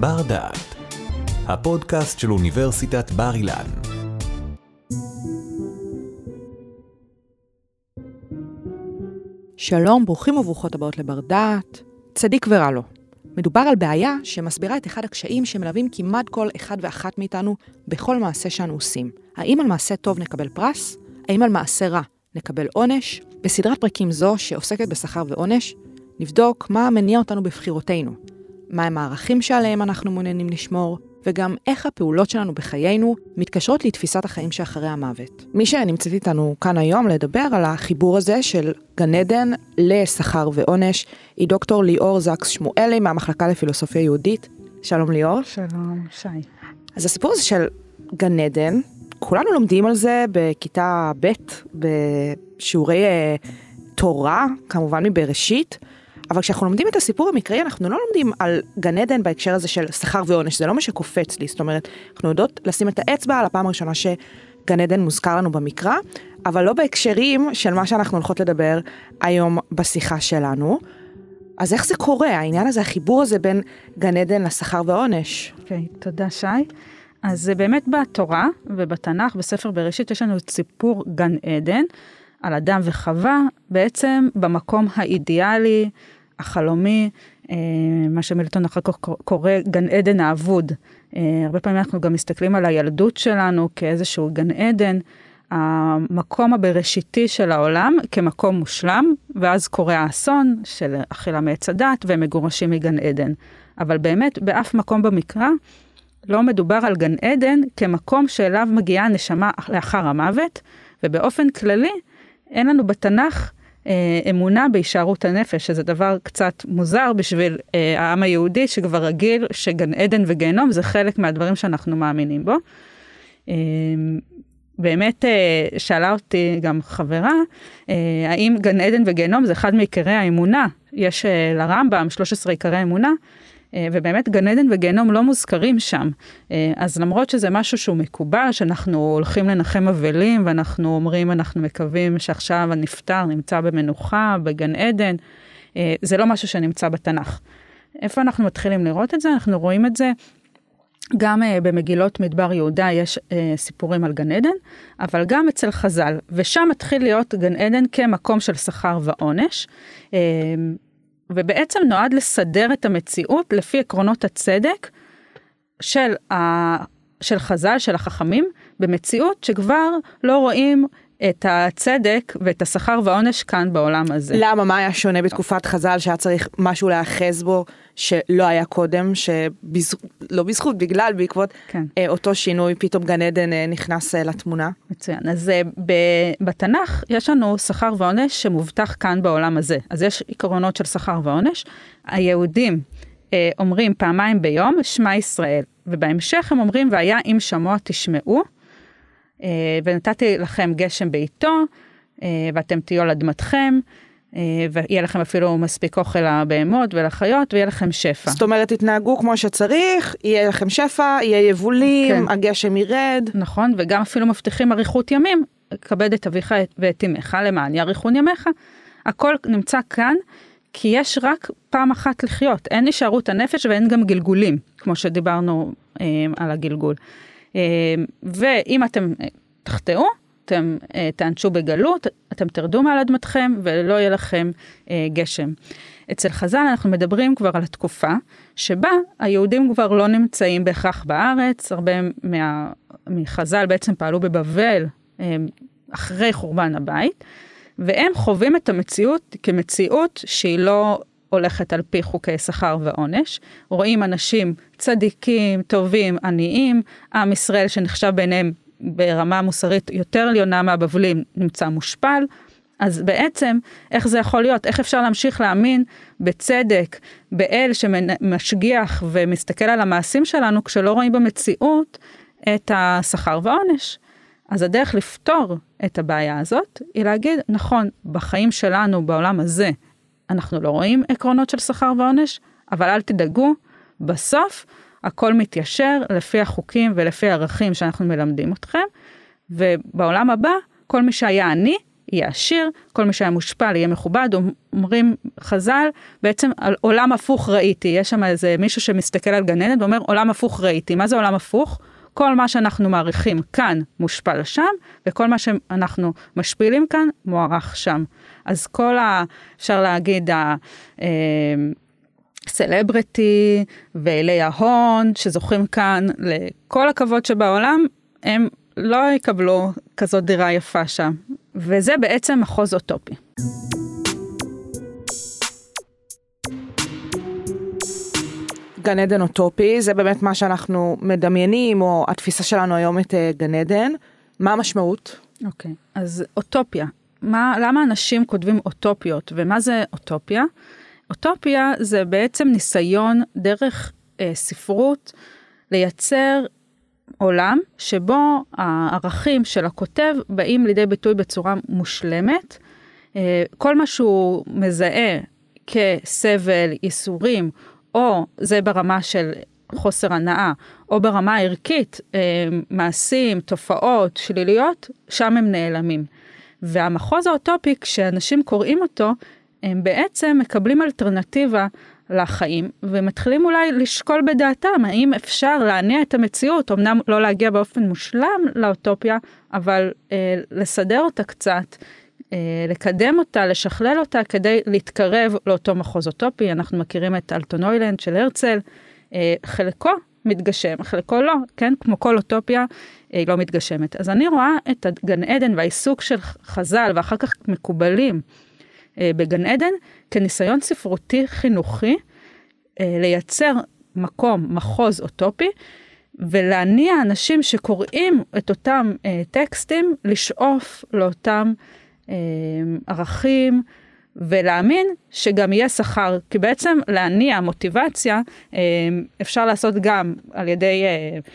בר דעת, הפודקאסט של אוניברסיטת בר אילן. שלום, ברוכים וברוכות הבאות לבר דעת. צדיק ורע לו. מדובר על בעיה שמסבירה את אחד הקשיים שמלווים כמעט כל אחד ואחת מאיתנו בכל מעשה שאנו עושים. האם על מעשה טוב נקבל פרס? האם על מעשה רע נקבל עונש? בסדרת פרקים זו שעוסקת בשכר ועונש, נבדוק מה מניע אותנו בבחירותינו, מהם הערכים שעליהם אנחנו מעוניינים לשמור, וגם איך הפעולות שלנו בחיינו מתקשרות לתפיסת החיים שאחרי המוות. מי שנמצאת איתנו כאן היום לדבר על החיבור הזה של גן עדן לשכר ועונש, היא דוקטור ליאור זקס שמואלי מהמחלקה לפילוסופיה יהודית. שלום ליאור. שלום, שי. אז הסיפור הזה של גן עדן, כולנו לומדים על זה בכיתה ב' בשיעורי תורה, כמובן מבראשית, אבל כשאנחנו לומדים את הסיפור המקראי, אנחנו לא לומדים על גן עדן בהקשר הזה של שכר ועונש, זה לא מה שקופץ לי, זאת אומרת, אנחנו יודעות לשים את האצבע על הפעם הראשונה שגן עדן מוזכר לנו במקרא, אבל לא בהקשרים של מה שאנחנו הולכות לדבר היום בשיחה שלנו. אז איך זה קורה, העניין הזה, החיבור הזה בין גן עדן לשכר ועונש? אוקיי, תודה שי. אז באמת בתורה ובתנ"ך, בספר בראשית, יש לנו את סיפור גן עדן, על אדם וחווה, בעצם במקום האידיאלי, החלומי, מה שמילטון אחר כך קורא גן עדן האבוד. הרבה פעמים אנחנו גם מסתכלים על הילדות שלנו כאיזשהו גן עדן, המקום הבראשיתי של העולם כמקום מושלם, ואז קורה האסון של אכילה מעץ הדת והם מגורשים מגן עדן. אבל באמת באף מקום במקרא לא מדובר על גן עדן כמקום שאליו מגיעה הנשמה לאחר המוות, ובאופן כללי אין לנו בתנ"ך אמונה בהישארות הנפש, שזה דבר קצת מוזר בשביל העם היהודי שכבר רגיל שגן עדן וגיהנום זה חלק מהדברים שאנחנו מאמינים בו. באמת שאלה אותי גם חברה, האם גן עדן וגיהנום זה אחד מעיקרי האמונה, יש לרמב"ם 13 עיקרי אמונה, ובאמת גן עדן וגיהנום לא מוזכרים שם, אז למרות שזה משהו שהוא מקובל, שאנחנו הולכים לנחם אבלים, ואנחנו אומרים, אנחנו מקווים שעכשיו הנפטר נמצא במנוחה, בגן עדן, זה לא משהו שנמצא בתנ"ך. איפה אנחנו מתחילים לראות את זה? אנחנו רואים את זה, גם במגילות מדבר יהודה יש סיפורים על גן עדן, אבל גם אצל חז"ל, ושם מתחיל להיות גן עדן כמקום של שכר ועונש, ובעצם נועד לסדר את המציאות לפי עקרונות הצדק של חז"ל, של החכמים, במציאות שכבר לא רואים את הצדק ואת השכר והעונש כאן בעולם הזה. למה? מה היה שונה בתקופת חז"ל שהיה צריך משהו להאחז בו שלא היה קודם, לא בזכות, בעקבות כן. אותו שינוי, פתאום גן עדן נכנס לתמונה? מצוין. אז בתנ"ך יש לנו שכר ועונש שמובטח כאן בעולם הזה. אז יש עקרונות של שכר ועונש. היהודים אומרים פעמיים ביום, שמע ישראל, ובהמשך הם אומרים, והיה אם שמוע תשמעו, ונתתי לכם גשם בעיתו, ואתם תהיו על אדמתכם, ויהיה לכם אפילו מספיק אוכל לבהמות ולחיות, ויהיה לכם שפע. זאת אומרת, תתנהגו כמו שצריך, יהיה לכם שפע, יהיה יבולים, כן. הגשם ירד. נכון, וגם אפילו מבטיחים אריכות ימים, כבד את אביך ואת אמך, למען יאריכון ימיך. הכל נמצא כאן, כי יש רק פעם אחת לחיות. אין הישארות הנפש ואין גם גלגולים, כמו שדיברנו על הגלגול. ואם אתם תחטאו, אתם תענשו בגלות, אתם תרדו מעל אדמתכם ולא יהיה לכם גשם. אצל חז"ל אנחנו מדברים כבר על התקופה שבה היהודים כבר לא נמצאים בהכרח בארץ, הרבה מחז"ל בעצם פעלו בבבל אחרי חורבן הבית, והם חווים את המציאות כמציאות שהיא לא הולכת על פי חוקי שכר ועונש, רואים אנשים צדיקים, טובים, עניים, עם ישראל שנחשב ביניהם ברמה מוסרית יותר עליונה מהבבלים נמצא מושפל, אז בעצם איך זה יכול להיות? איך אפשר להמשיך להאמין בצדק, באל שמשגיח ומסתכל על המעשים שלנו כשלא רואים במציאות את השכר ועונש? אז הדרך לפתור את הבעיה הזאת היא להגיד, נכון, בחיים שלנו בעולם הזה אנחנו לא רואים עקרונות של שכר ועונש, אבל אל תדאגו, בסוף הכל מתיישר לפי החוקים ולפי הערכים שאנחנו מלמדים אתכם, ובעולם הבא כל מי שהיה עני יהיה עשיר, כל מי שהיה מושפל יהיה מכובד, אומרים חז"ל, בעצם על עולם הפוך ראיתי, יש שם איזה מישהו שמסתכל על גן עדן ואומר עולם הפוך ראיתי, מה זה עולם הפוך? כל מה שאנחנו מעריכים כאן מושפל שם, וכל מה שאנחנו משפילים כאן מוערך שם. אז אפשר להגיד, סלבריטי ואילי ההון שזוכים כאן לכל הכבוד שבעולם, הם לא יקבלו כזאת דירה יפה שם. וזה בעצם מחוז אוטופי. גן עדן אוטופי, זה באמת מה שאנחנו מדמיינים, או התפיסה שלנו היום את גן עדן. מה המשמעות? אוקיי, אז אוטופיה. למה אנשים כותבים אוטופיות, ומה זה אוטופיה? אוטופיה זה בעצם ניסיון דרך ספרות לייצר עולם שבו הערכים של הכותב באים לידי ביטוי בצורה מושלמת. כל מה שהוא מזהה כסבל, ייסורים, או זה ברמה של חוסר הנאה, או ברמה ערכית, מעשים, תופעות, שליליות, שם הם נעלמים. והמחוז האוטופי, כשאנשים קוראים אותו, הם בעצם מקבלים אלטרנטיבה לחיים, ומתחילים אולי לשקול בדעתם, האם אפשר להניע את המציאות, אמנם לא להגיע באופן מושלם לאוטופיה, אבל לסדר אותה קצת, לקדם אותה, לשכלל אותה, כדי להתקרב לאותו מחוז אוטופי. אנחנו מכירים את אלטנוילנד של הרצל, חלקו מתגשם, חלקו לא, כן? כמו כל אוטופיה, היא לא מתגשמת. אז אני רואה את גן עדן והעיסוק של חז"ל, ואחר כך מקובלים בגן עדן, כניסיון ספרותי חינוכי, לייצר מקום, מחוז אוטופי, ולהניע אנשים שקוראים את אותם טקסטים, לשאוף לאותם ערכים, ולהאמין שגם יהיה שכר, כי בעצם להניע מוטיבציה, אפשר לעשות גם על ידי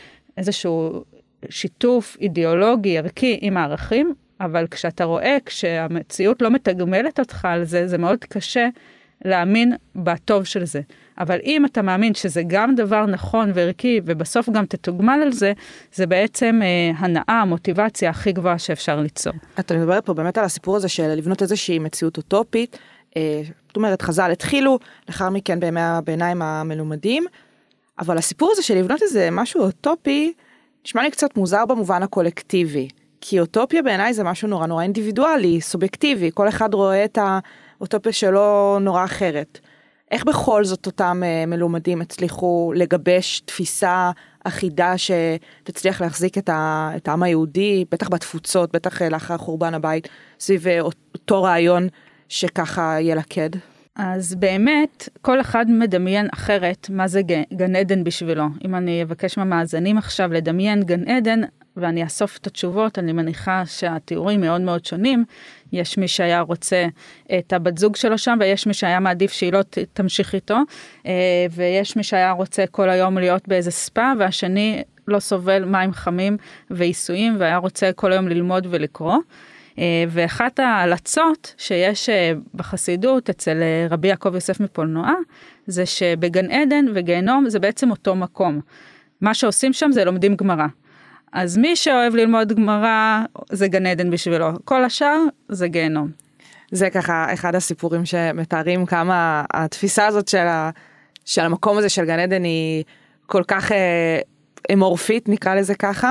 איזשהו שיתוף אידיאולוגי, ערכי עם הערכים, אבל כשאתה רואה, כשהמציאות לא מתגמלת אותך על זה, זה מאוד קשה להאמין בטוב של זה. אבל אם אתה מאמין שזה גם דבר נכון וערכי, ובסוף גם תתוגמל על זה, זה בעצם הנאה, מוטיבציה הכי גבוהה שאפשר ליצור. אתה מדברת פה באמת על הסיפור הזה של לבנות איזושהי מציאות אוטופית. זאת אומרת, חז"ל התחילו, לאחר מכן בימי הביניים המלומדים, אבל הסיפור הזה של לבנות איזה משהו אוטופי, נשמע לי קצת מוזר במובן הקולקטיבי. כי אוטופיה בעיניי זה משהו נורא נורא אינדיבידואלי, סובייקטיבי, כל אחד רואה את האוטופיה שלו נורא אחרת. איך בכל זאת אותם מלומדים הצליחו לגבש תפיסה אחידה שתצליח להחזיק את העם היהודי, בטח בתפוצות, בטח לאחר חורבן הבית, סביב אותו רעיון שככה ילכד? אז באמת, כל אחד מדמיין אחרת מה זה גן עדן בשבילו. אם אני אבקש מהמאזינים עכשיו לדמיין גן עדן, ואני אאסוף את התשובות, אני מניחה שהתיאורים מאוד מאוד שונים. יש מי שהיה רוצה את הבת זוג שלו שם, ויש מי שהיה מעדיף שהיא לא תמשיך איתו, ויש מי שהיה רוצה כל היום להיות באיזה ספה, והשני לא סובל מים חמים ועיסויים, והיה רוצה כל היום ללמוד ולקרוא. ואחת ההלצות שיש בחסידות אצל רבי יעקב יוסף מפולנואה, זה שבגן עדן וגיהנום זה בעצם אותו מקום. מה שעושים שם זה לומדים גמרא. אז מי שאוהב ללמוד גמרא זה גן עדן בשבילו, כל השאר זה גיהנום. זה ככה אחד הסיפורים שמתארים כמה התפיסה הזאת של המקום הזה של גן עדן היא כל כך אמורפית, נקרא לזה ככה,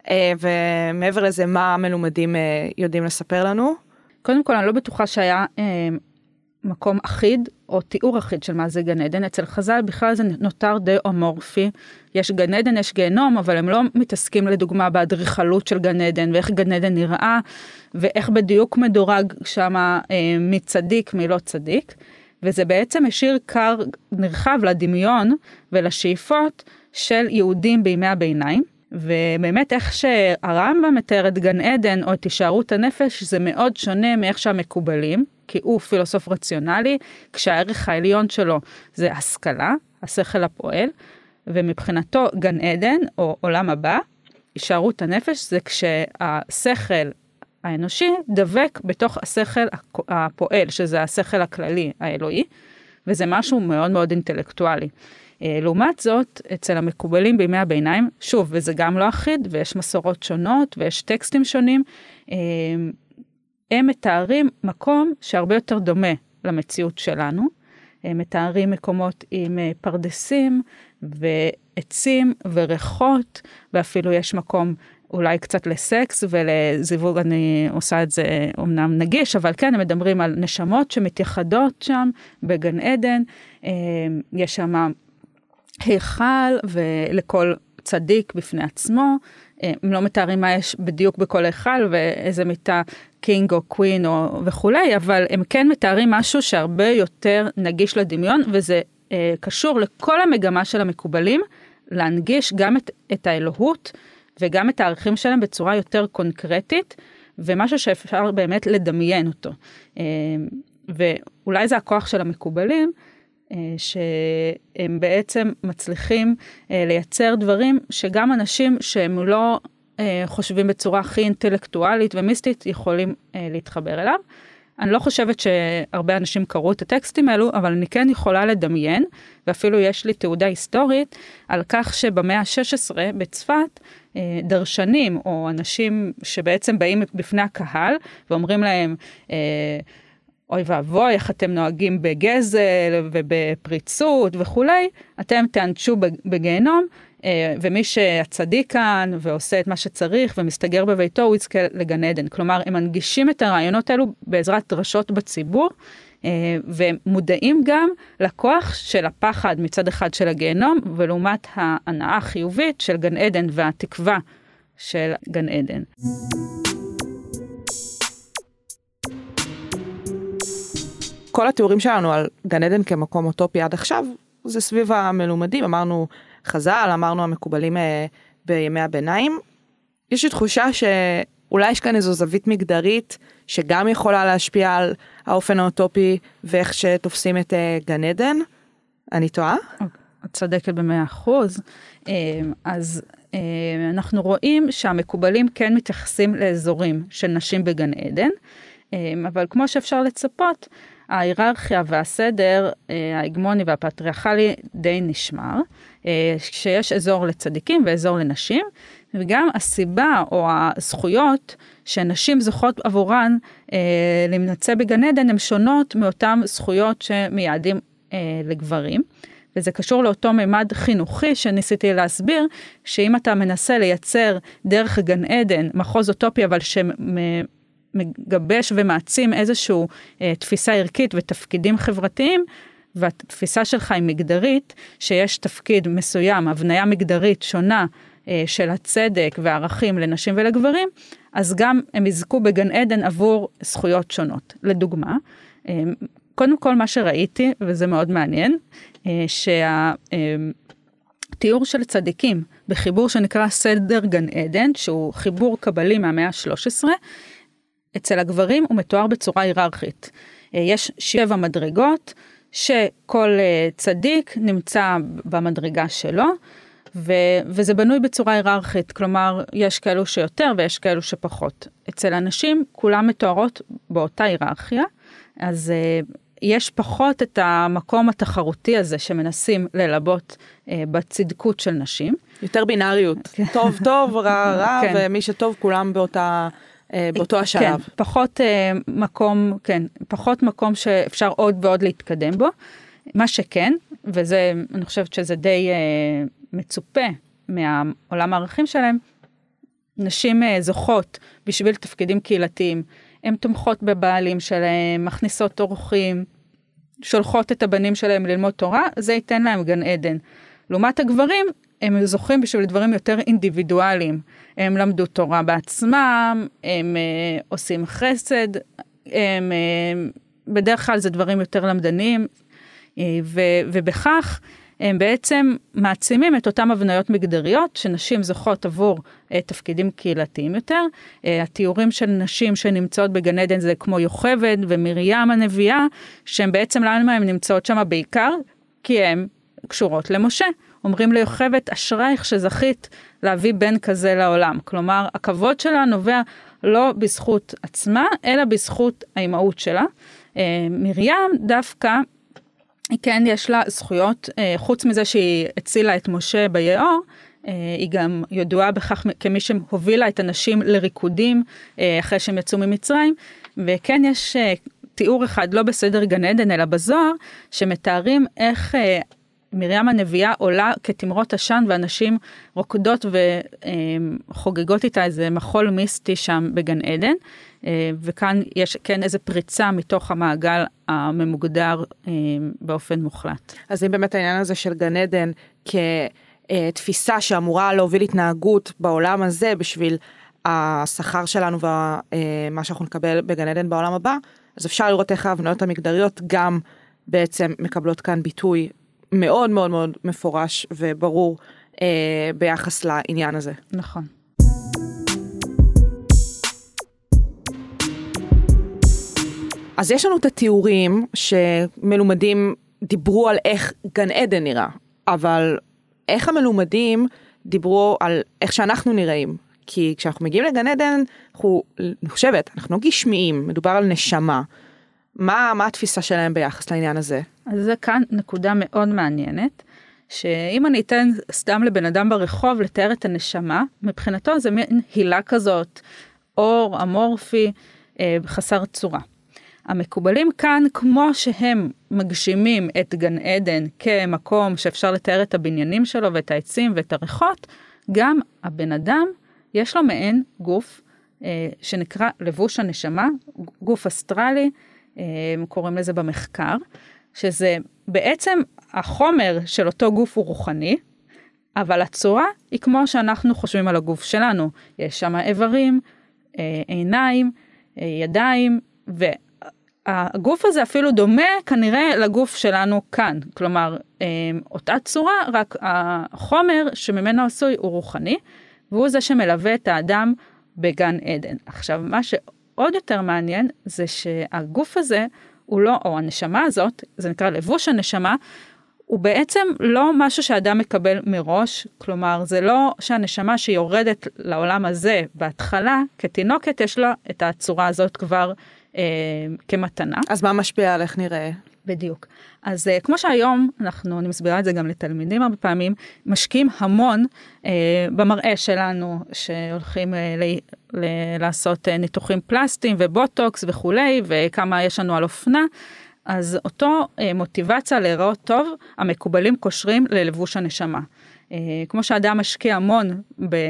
ומעבר לזה מה המלומדים יודעים לספר לנו? קודם כל אני לא בטוחה שהיה מקום אחיד או תיאור אחיד של מה זה גן עדן. אצל חז"ל בכלל זה נותר די אמורפי. יש גן עדן, יש גיהנום, אבל הם לא מתעסקים לדוגמה באדריכלות של גן עדן, ואיך גן עדן נראה, ואיך בדיוק מדורג שם מי צדיק, מי לא צדיק. וזה בעצם השאיר כר נרחב לדמיון ולשאיפות של יהודים בימי הביניים. ובאמת איך שהרמב"ם מתאר את גן עדן או את הישארות הנפש, זה מאוד שונה מאיך שהמקובלים, כי הוא פילוסוף רציונלי, כשהערך העליון שלו זה השכלה, השכל הפועל, ומבחינתו גן עדן או עולם הבא, הישארות הנפש זה כשהשכל האנושי דבק בתוך השכל הפועל, שזה השכל הכללי האלוהי, וזה משהו מאוד מאוד אינטלקטואלי. לעומת זאת, אצל המקובלים בימי הביניים, שוב, וזה גם לא אחיד, ויש מסורות שונות, ויש טקסטים שונים, הם מתארים מקום שהרבה יותר דומה למציאות שלנו, הם מתארים מקומות עם פרדסים ועצים וריחות, ואפילו יש מקום אולי קצת לסקס ולזיווג, אני עושה את זה אומנם נגיש, אבל כן, הם מדברים על נשמות שמתייחדות שם בגן עדן, יש שם היכל ולכל צדיק בפני עצמו, הם לא מתארים מה יש בדיוק בכל היכל ואיזה מיטה קינג או קווין וכולי, אבל הם כן מתארים משהו שהרבה יותר נגיש לדמיון, וזה קשור לכל המגמה של המקובלים, להנגיש גם את האלוהות, וגם את הערכים שלהם בצורה יותר קונקרטית, ומשהו שאפשר באמת לדמיין אותו. ואולי זה הכוח של המקובלים, שהם בעצם מצליחים לייצר דברים שגם אנשים שהם לא חושבים בצורה הכי אינטלקטואלית ומיסטית יכולים להתחבר אליו. אני לא חושבת שהרבה אנשים קראו את הטקסטים האלו, אבל אני כן יכולה לדמיין, ואפילו יש לי תעודה היסטורית, על כך שבמאה ה-16 בצפת, דרשנים או אנשים שבעצם באים בפני הקהל, ואומרים להם, אוי ואבוי, איך אתם נוהגים בגזל ובפריצות וכולי, אתם תענשו בגיהנום, ומי שהצדיק כאן ועושה את מה שצריך ומסתגר בביתו, הוא יזכה לגן עדן. כלומר, הם מנגישים את הרעיונות האלו בעזרת דרשות בציבור, ומודעים גם לכוח של הפחד מצד אחד של הגיהנום, ולעומת ההנאה החיובית של גן עדן והתקווה של גן עדן. כל התיאורים שלנו על גן עדן כמקום אוטופי עד עכשיו, זה סביב המלומדים, אמרנו חז"ל, אמרנו המקובלים בימי הביניים. יש לי תחושה שאולי יש כאן איזו זווית מגדרית, שגם יכולה להשפיע על האופן האוטופי, ואיך שתופסים את גן עדן. אני טועה? את צודקת ב100%. אז אנחנו רואים שהמקובלים כן מתייחסים לאזורים של נשים בגן עדן, אבל כמו שאפשר לצפות, ההיררכיה והסדר ההגמוני והפטריארכלי די נשמר, כשיש אזור לצדיקים ואזור לנשים, וגם הסיבה או הזכויות שנשים זוכות עבורן להימצא בגן עדן, הן שונות מאותן זכויות שמייעדים לגברים, וזה קשור לאותו מימד חינוכי שניסיתי להסביר, שאם אתה מנסה לייצר דרך גן עדן, מחוז אוטופי, אבל מגבש ומעצים איזושהי תפיסה ערכית ותפקידים חברתיים, והתפיסה שלך היא מגדרית, שיש תפקיד מסוים, הבניה מגדרית שונה של הצדק והערכים לנשים ולגברים, אז גם הם יזכו בגן עדן עבור זכויות שונות. לדוגמה, קודם כל מה שראיתי, וזה מאוד מעניין, שהתיאור של צדיקים בחיבור שנקרא סדר גן עדן, שהוא חיבור קבלי מהמאה ה-13, אצל הגברים הוא מתואר בצורה היררכית. יש 7 מדרגות, שכל צדיק נמצא במדרגה שלו, וזה בנוי בצורה היררכית, כלומר יש כאלו שיותר ויש כאלו שפחות. אצל אנשים כולם מתוארות באותה היררכיה, אז יש פחות את המקום התחרותי הזה שמנסים ללבות בצדקות של נשים. יותר בינאריות, טוב טוב, רע רע, ומי שטוב כולם באותו השלב. כן, פחות מקום שאפשר עוד ועוד להתקדם בו. מה שכן, וזה, אני חושבת שזה די מצופה מהעולם הערכים שלהם, נשים זוכות בשביל תפקידים קהילתיים, הן תומכות בבעלים שלהם, מכניסות אורחים, שולחות את הבנים שלהם ללמוד תורה, זה ייתן להם גן עדן. לעומת הגברים, הם זוכים בשביל דברים יותר אינדיבידואליים. הם למדו תורה בעצמם, הם עושים חסד, בדרך כלל זה דברים יותר למדניים, ובכך הם בעצם מעצימים את אותם הבניות מגדריות, שנשים זוכות עבור תפקידים קהילתיים יותר. התיאורים של נשים שנמצאות בגן עדן זה כמו יוכבד ומרים הנביאה, שהן בעצם למה הן נמצאות שם בעיקר, כי הן קשורות למשה. אומרים ליוכבד, אשרייך שזכית להביא בן כזה לעולם. כלומר, הכבוד שלה נובע לא בזכות עצמה, אלא בזכות האימהות שלה. מרים דווקא, כן, יש לה זכויות, חוץ מזה שהיא הצילה את משה ביעור, היא גם ידועה בכך כמי שהובילה את הנשים לריקודים אחרי שהם יצאו ממצרים, וכן יש תיאור אחד, לא בסדר גן עדן, אלא בזוהר, שמתארים איך מרים הנביאה עולה כתמרות עשן, ואנשים רוקדות וחוגגות איתה איזה מחול מיסטי שם בגן עדן, וכאן יש כן איזה פריצה מתוך המעגל הממוגדר באופן מוחלט. אז אם באמת העניין הזה של גן עדן כתפיסה שאמורה להוביל התנהגות בעולם הזה בשביל השכר שלנו ומה שאנחנו נקבל בגן עדן בעולם הבא, אז אפשר לראות איך ההבניות המגדריות גם בעצם מקבלות כאן ביטוי מאוד מאוד מאוד מפורש וברור ביחס לעניין הזה. נכון. אז יש לנו את התיאורים שמלומדים דיברו על איך גן עדן נראה, אבל איך המלומדים דיברו על איך שאנחנו נראים? כי כשאנחנו מגיעים לגן עדן, אני חושבת, אנחנו לא גשמיים, מדובר על נשמה. מה התפיסה שלהם ביחס לעניין הזה? אז זה כאן נקודה מאוד מעניינת, שאם אני אתן סתם לבן אדם ברחוב לתאר את הנשמה, מבחינתו זה מין הילה כזאת, אור, אמורפי, חסר צורה. המקובלים כאן, כמו שהם מגשימים את גן עדן כמקום שאפשר לתאר את הבניינים שלו ואת העצים ואת הריחות, גם הבן אדם יש לו מעין גוף שנקרא לבוש הנשמה, גוף אסטרלי, קוראים לזה במחקר, שזה בעצם החומר של אותו גוף הוא רוחני, אבל הצורה היא כמו שאנחנו חושבים על הגוף שלנו. יש שם איברים, עיניים, ידיים, והגוף הזה אפילו דומה כנראה לגוף שלנו כאן. כלומר, אותה צורה, רק החומר שממנו עשוי הוא רוחני, והוא זה שמלווה את האדם בגן עדן. עכשיו, מה שעוד יותר מעניין זה שהגוף הזה הוא לא, או הנשמה הזאת, זה נקרא לבוש הנשמה, הוא בעצם לא משהו שאדם מקבל מראש, כלומר זה לא שהנשמה שיורדת לעולם הזה בהתחלה, כתינוקת יש לה את הצורה הזאת כבר כמתנה. אז מה משפיע על איך נראה? בדיוק. אז כמו שהיום, אני מסבירה את זה גם לתלמידים הרבה פעמים, משקיעים המון במראה שלנו, שהולכים לעשות ניתוחים פלסטיים ובוטוקס וכולי, וכמה יש לנו על אופנה, אז אותו מוטיבציה להיראות טוב, המקובלים קושרים ללבוש הנשמה. כמו שאדם משקיע המון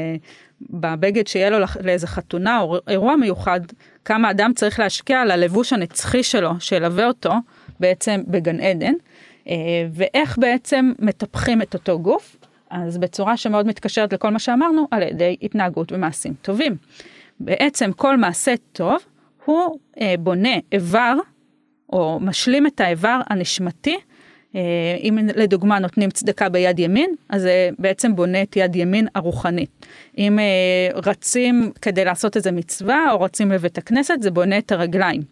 בבגד שיהיה לו לאיזה חתונה או אירוע מיוחד, כמה אדם צריך להשקיע על הלבוש הנצחי שלו, שילווה אותו בעצם בגן עדן, ואיך בעצם מטפחים את אותו גוף, אז בצורה שמאוד מתקשרת לכל מה שאמרנו, על ידי התנהגות ומעשים טובים. בעצם כל מעשה טוב, הוא בונה איבר, או משלים את האיבר הנשמתי, אם לדוגמה נותנים צדקה ביד ימין, אז זה בעצם בונה את יד ימין הרוחנית. אם רצים כדי לעשות איזה מצווה, או רצים לבית הכנסת, זה בונה את הרגליים.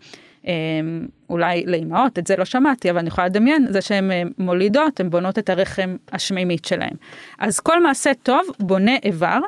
אולי לאמהות, את זה לא שמעתי, אבל אני יכולה לדמיין, זה שהן מולידות, הן בונות את הרחם השמימית שלהן. אז כל מעשה טוב בונה איבר,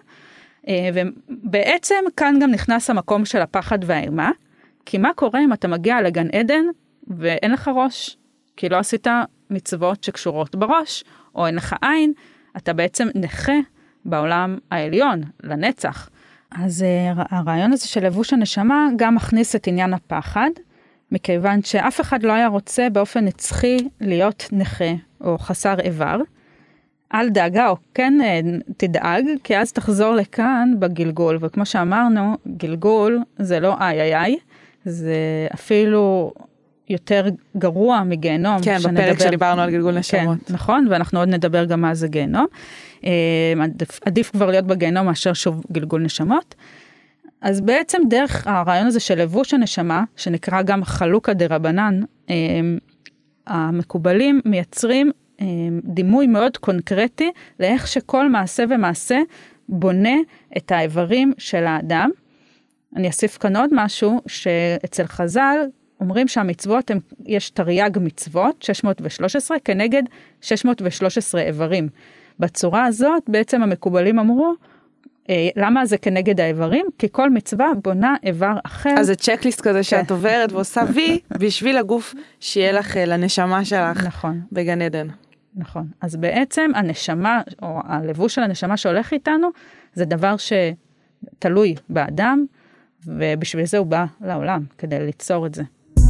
ובעצם כאן גם נכנס המקום של הפחד והאימה, כי מה קורה אם אתה מגיע לגן עדן, ואין לך ראש, כי לא עשית מצוות שקשורות בראש, או אין לך עין, אתה בעצם נכה בעולם העליון, לנצח. אז הרעיון הזה של לבוש הנשמה גם מכניס את עניין הפחד, מכיוון שאף אחד לא היה רוצה באופן נצחי להיות נכה או חסר איבר. אל דאגה, או כן תדאג, כי אז תחזור לכאן בגלגול, וכמו שאמרנו, גלגול זה לא איי, זה אפילו יותר גרוע מגיהנום. כן, בפרק שדיברנו על גלגול נשמות. כן, נכון, ואנחנו עוד נדבר גם מה זה גיהנום. עדיף כבר להיות בגיהנום מאשר שוב גלגול נשמות. אז בעצם דרך הרעיון הזה של לבוש הנשמה, שנקרא גם חלוקה דרבנן, המקובלים מייצרים דימוי מאוד קונקרטי, לאיך שכל מעשה ומעשה בונה את האיברים של האדם. אני אוסיף כאן עוד משהו, שאצל חז"ל אומרים שהמצוות, יש תרי"ג מצוות, 613, כנגד 613 איברים. בצורה הזאת בעצם המקובלים אמרו, למה זה כנגד האיברים? כי כל מצווה בונה איבר אחר. אז זה צ'קליסט כזה שאת עוברת ועושה וי, בשביל הגוף שיהיה לך לנשמה שלך. נכון. בגן עדן. נכון. אז בעצם הנשמה, או הלבוש של הנשמה שהולך איתנו, זה דבר שתלוי באדם, ובשביל זה הוא בא לעולם, כדי ליצור את זה.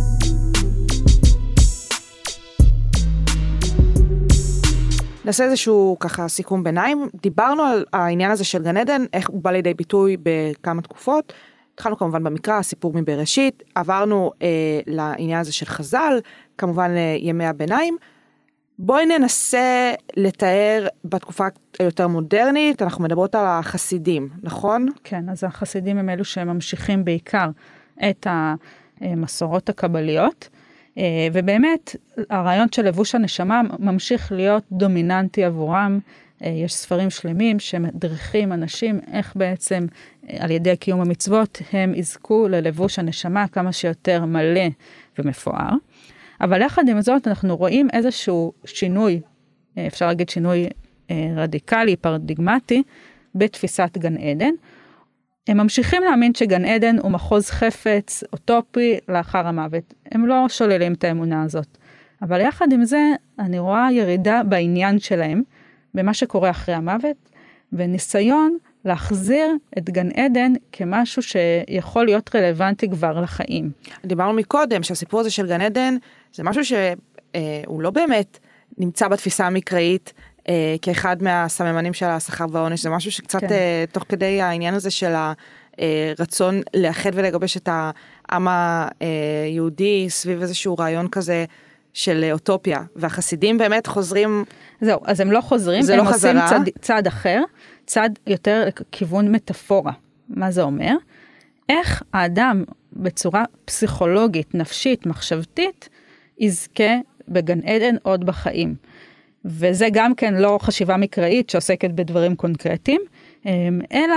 נעשה איזשהו ככה סיכום ביניים. דיברנו על העניין הזה של גן עדן, איך הוא בא לידי ביטוי בכמה תקופות. התחלנו כמובן במקרא, הסיפור מבראשית, עברנו לעניין הזה של חז"ל, כמובן לימי הביניים. בואי ננסה לתאר בתקופה היותר מודרנית, אנחנו מדברות על החסידים, נכון? כן, אז החסידים הם אלו שממשיכים בעיקר את המסורות הקבליות, ובאמת הרעיון של לבוש הנשמה ממשיך להיות דומיננטי עבורם. יש ספרים שלמים שמדריכים אנשים איך בעצם על ידי קיום המצוות הם יזכו ללבוש הנשמה כמה שיותר מלא ומפואר. אבל יחד עם זאת אנחנו רואים איזשהו שינוי, אפשר להגיד שינוי רדיקלי, פרדיגמטי, בתפיסת גן עדן. הם ממשיכים להאמין שגן עדן הוא מחוז חפץ אוטופי לאחר המוות. הם לא שוללים את האמונה הזאת. אבל יחד עם זה אני רואה ירידה בעניין שלהם, במה שקורה אחרי המוות, וניסיון להחזיר את גן עדן כמשהו שיכול להיות רלוונטי כבר לחיים. דיברנו מקודם שהסיפור הזה של גן עדן זה משהו שהוא לא באמת נמצא בתפיסה המקראית כאחד מהסממנים של השכר והעונש, זה משהו שקצת תוך כדי העניין הזה של הרצון לאחד ולגבש את העם היהודי סביב איזשהו רעיון כזה של אוטופיה, והחסידים באמת חוזרים... זהו, אז הם לא חוזרים, הם עושים צעד אחר, צעד יותר לכיוון מטאפורה. מה זה אומר? איך האדם בצורה פסיכולוגית, נפשית, מחשבתית, יזכה בגן עדן עוד בחיים. וזה גם כן לא חשיבה מקראית שעוסקת בדברים קונקרטיים, אלא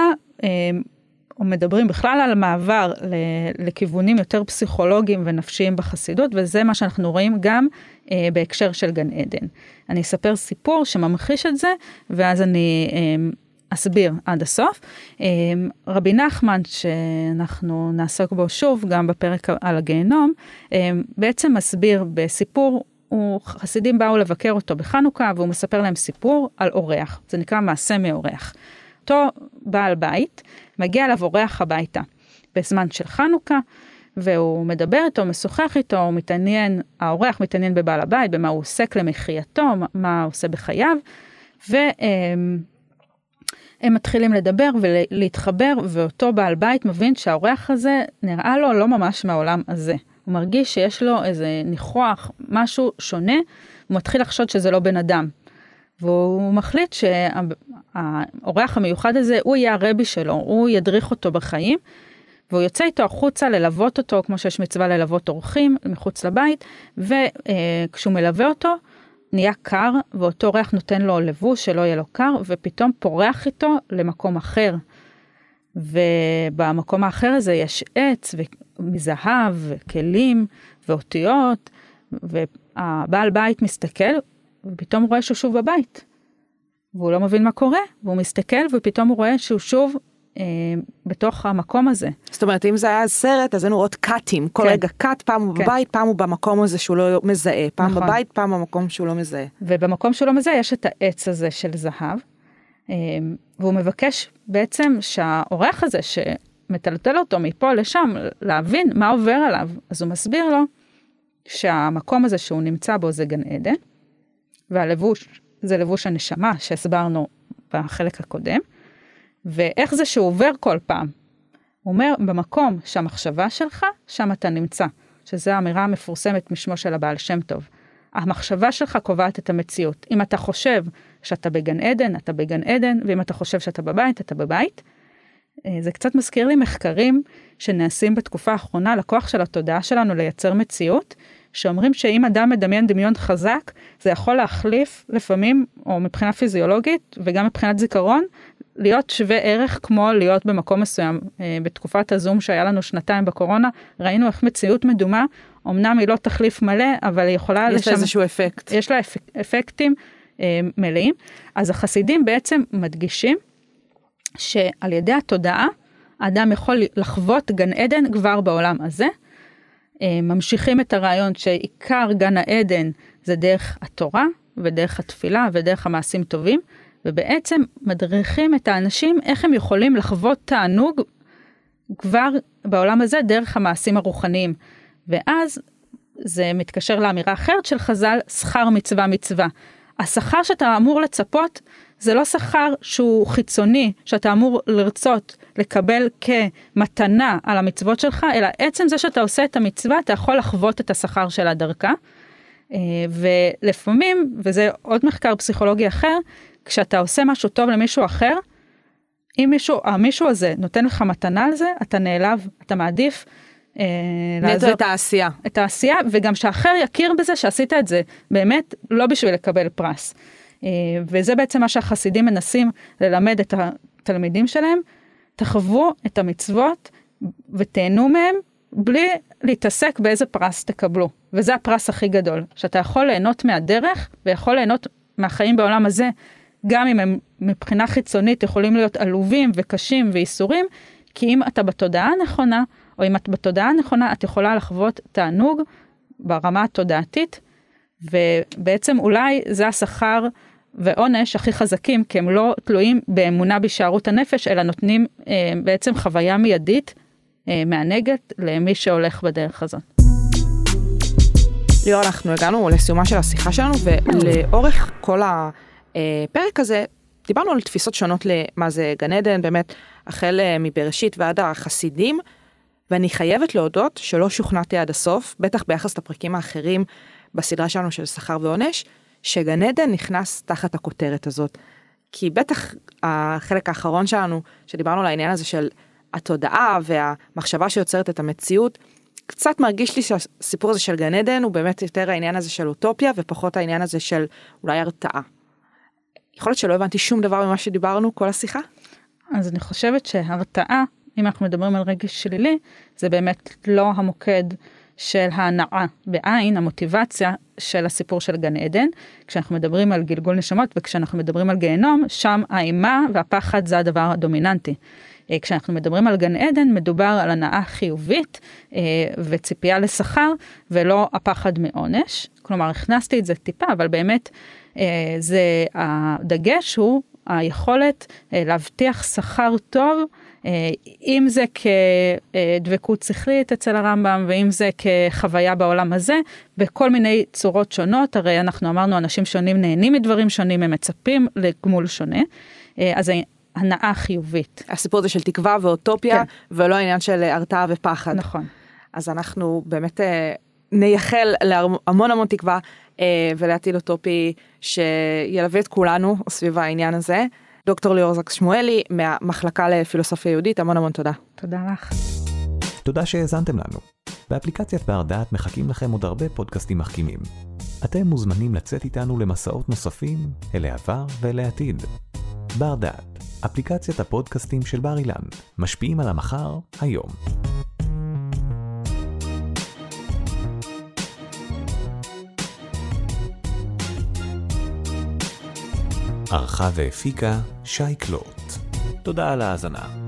מדברים בכלל על מעבר לכיוונים יותר פסיכולוגיים ונפשיים בחסידות, וזה מה שאנחנו רואים גם בהקשר של גן עדן. אני אספר סיפור שממחיש את זה, ואז אני אסביר עד הסוף. רבי נחמן, שאנחנו נעסוק בו שוב, גם בפרק על הגיהנום, בעצם מסביר בסיפור, חסידים באו לבקר אותו בחנוכה, והוא מספר להם סיפור על אורח. זה נקרא מעשה מאורח. אותו בעל בית, מגיע אליו אורח הביתה בזמן של חנוכה, והוא מדבר איתו, משוחח איתו, הוא מתעניין, האורח מתעניין בבעל הבית, במה הוא עוסק למחייתו, מה הוא עושה בחייו, והם מתחילים לדבר ולהתחבר, ואותו בעל בית מבין שהאורח הזה נראה לו לא ממש מהעולם הזה. הוא מרגיש שיש לו איזה ניחוח, משהו שונה, הוא מתחיל לחשוד שזה לא בן אדם. והוא מחליט שהאורח המיוחד הזה, הוא יהיה הרבי שלו, הוא ידריך אותו בחיים, והוא יוצא איתו החוצה ללוות אותו, כמו שיש מצווה ללוות אורחים מחוץ לבית, וכשהוא מלווה אותו, נהיה קר, ואותו אורח נותן לו לבוש שלא יהיה לו קר, ופתאום פורח איתו למקום אחר. ובמקום האחר הזה יש עץ ומזהב וכלים ואותיות, והבעל בית מסתכל, ופתאום הוא רואה שהוא שוב בבית. והוא לא מבין מה קורה, והוא מסתכל, ופתאום הוא רואה שהוא שוב בתוך המקום הזה. זאת אומרת, אם זה היה סרט, אז היינו רואות קאטים. כל רגע קאט, פעם הוא בבית, פעם הוא במקום הזה שהוא לא מזהה. פעם בבית, פעם במקום שהוא לא מזהה. ובמקום שהוא לא מזהה, יש את העץ הזה של זהב, והוא מבקש בעצם שהאורח הזה, שמטלטל אותו מפה לשם, להבין מה עובר עליו. אז הוא מסביר לו, שהמקום הזה שהוא נמצא בו זה גן עדן, והלבוש זה לבוש הנשמה שהסברנו בחלק הקודם, ואיך זה שהוא עובר כל פעם. הוא אומר, במקום שהמחשבה שלך, שם אתה נמצא, שזו האמירה המפורסמת משמו של הבעל שם טוב. המחשבה שלך קובעת את המציאות. אם אתה חושב שאתה בגן עדן, אתה בגן עדן, ואם אתה חושב שאתה בבית, אתה בבית. זה קצת מזכיר לי מחקרים שנעשים בתקופה האחרונה, לכוח של התודעה שלנו לייצר מציאות, שאומרים שאם אדם מדמיין דמיון חזק, זה יכול להחליף לפעמים, או מבחינה פיזיולוגית, וגם מבחינת זיכרון, להיות שווה ערך כמו להיות במקום מסוים. בתקופת הזום שהיה לנו 2 בקורונה, ראינו איך מציאות מדומה, אמנם היא לא תחליף מלא, אבל היא יכולה... יש לה איזשהו אפקט. יש לה אפקטים מלאים. אז החסידים בעצם מדגישים, שעל ידי התודעה, האדם יכול לחוות גן עדן כבר בעולם הזה, ממשיכים את הרעיון שעיקר גן העדן זה דרך התורה, ודרך התפילה, ודרך המעשים טובים, ובעצם מדריכים את האנשים איך הם יכולים לחוות תענוג כבר בעולם הזה דרך המעשים הרוחניים. ואז זה מתקשר לאמירה אחרת של חז"ל, שכר מצווה מצווה. השכר שאתה אמור לצפות, זה לא שכר שהוא חיצוני, שאתה אמור לרצות לקבל כמתנה על המצוות שלך, אלא עצם זה שאתה עושה את המצווה, אתה יכול לחוות את השכר של הדרכה. ולפעמים, וזה עוד מחקר פסיכולוגי אחר, כשאתה עושה משהו טוב למישהו אחר, אם מישהו הזה נותן לך מתנה על זה, אתה נעלב, אתה מעדיף נטו את העשייה. את העשייה, וגם שאחר יכיר בזה שעשית את זה, באמת לא בשביל לקבל פרס. וזה בעצם מה שהחסידים מנסים ללמד את התלמידים שלהם, תחוו את המצוות ותהנו מהם, בלי להתעסק באיזה פרס תקבלו. וזה הפרס הכי גדול, שאתה יכול ליהנות מהדרך, ויכול ליהנות מהחיים בעולם הזה, גם אם הם מבחינה חיצונית יכולים להיות עלובים וקשים ואיסורים, כי אם אתה בתודעה הנכונה, או אם את בתודעה הנכונה, את יכולה לחוות תענוג ברמה התודעתית, ובעצם אולי זה השכר ועונש הכי חזקים, כי הם לא תלויים באמונה בשערות הנפש, אלא נותנים בעצם חוויה מיידית, מענגת למי שהולך בדרך הזאת. ליאור, אנחנו הגענו לסיומה של השיחה שלנו, ולאורך כל הפרק הזה, דיברנו על תפיסות שונות למה זה גן עדן, באמת החל מבראשית ועד החסידים, ואני חייבת להודות שלא שוכנעתי עד הסוף, בטח ביחס לפרקים האחרים בסדרה שלנו של שכר ועונש, שגן עדן נכנס תחת הכותרת הזאת. כי בטח החלק האחרון שלנו, שדיברנו על העניין הזה של התודעה והמחשבה שיוצרת את המציאות, קצת מרגיש לי שהסיפור הזה של גן עדן הוא באמת יותר העניין הזה של אוטופיה, ופחות העניין הזה של אולי הרתעה. יכול להיות שלא הבנתי שום דבר ממה שדיברנו כל השיחה? אז אני חושבת שהרתעה, אם אנחנו מדברים על רגש שלילי, זה באמת לא המוקד של ההנאה בעין, המוטיבציה של הסיפור של גן עדן. כשאנחנו מדברים על גלגול נשמות, וכשאנחנו מדברים על גיהנום, שם האימה והפחד זה הדבר הדומיננטי. כשאנחנו מדברים על גן עדן, מדובר על הנאה חיובית וציפייה לשכר, ולא הפחד מעונש. כלומר, הכנסתי את זה טיפה, אבל באמת זה הדגש הוא היכולת להבטיח שכר טוב, אם זה כדבקות שכלית אצל הרמב"ם, ואם זה כחוויה בעולם הזה, בכל מיני צורות שונות. הרי אנחנו אמרנו, אנשים שונים נהנים מדברים שונים, הם מצפים לגמול שונה. אז הנאה חיובית. הסיפור הזה של תקווה ואוטופיה, כן. ולא העניין של הרתעה ופחד. נכון. אז אנחנו באמת נייחל להמון המון תקווה, ולעתיד אוטופי שילווה את כולנו סביב העניין הזה. דוקטור ליאור זקס שמואלי, מהמחלקה לפילוסופיה יהודית, המון המון תודה. תודה לך. תודה שהאזנתם לנו. באפליקציית בר דעת מחכים לכם עוד הרבה פודקאסטים מחכימים. אתם מוזמנים לצאת איתנו למסעות נוספים אל העבר ואל העתיד. בר דעת, אפליקציית הפודקאסטים של בר אילן, משפיעים על המחר היום. ערכה והפיקה שי קלוט. תודה על ההאזנה.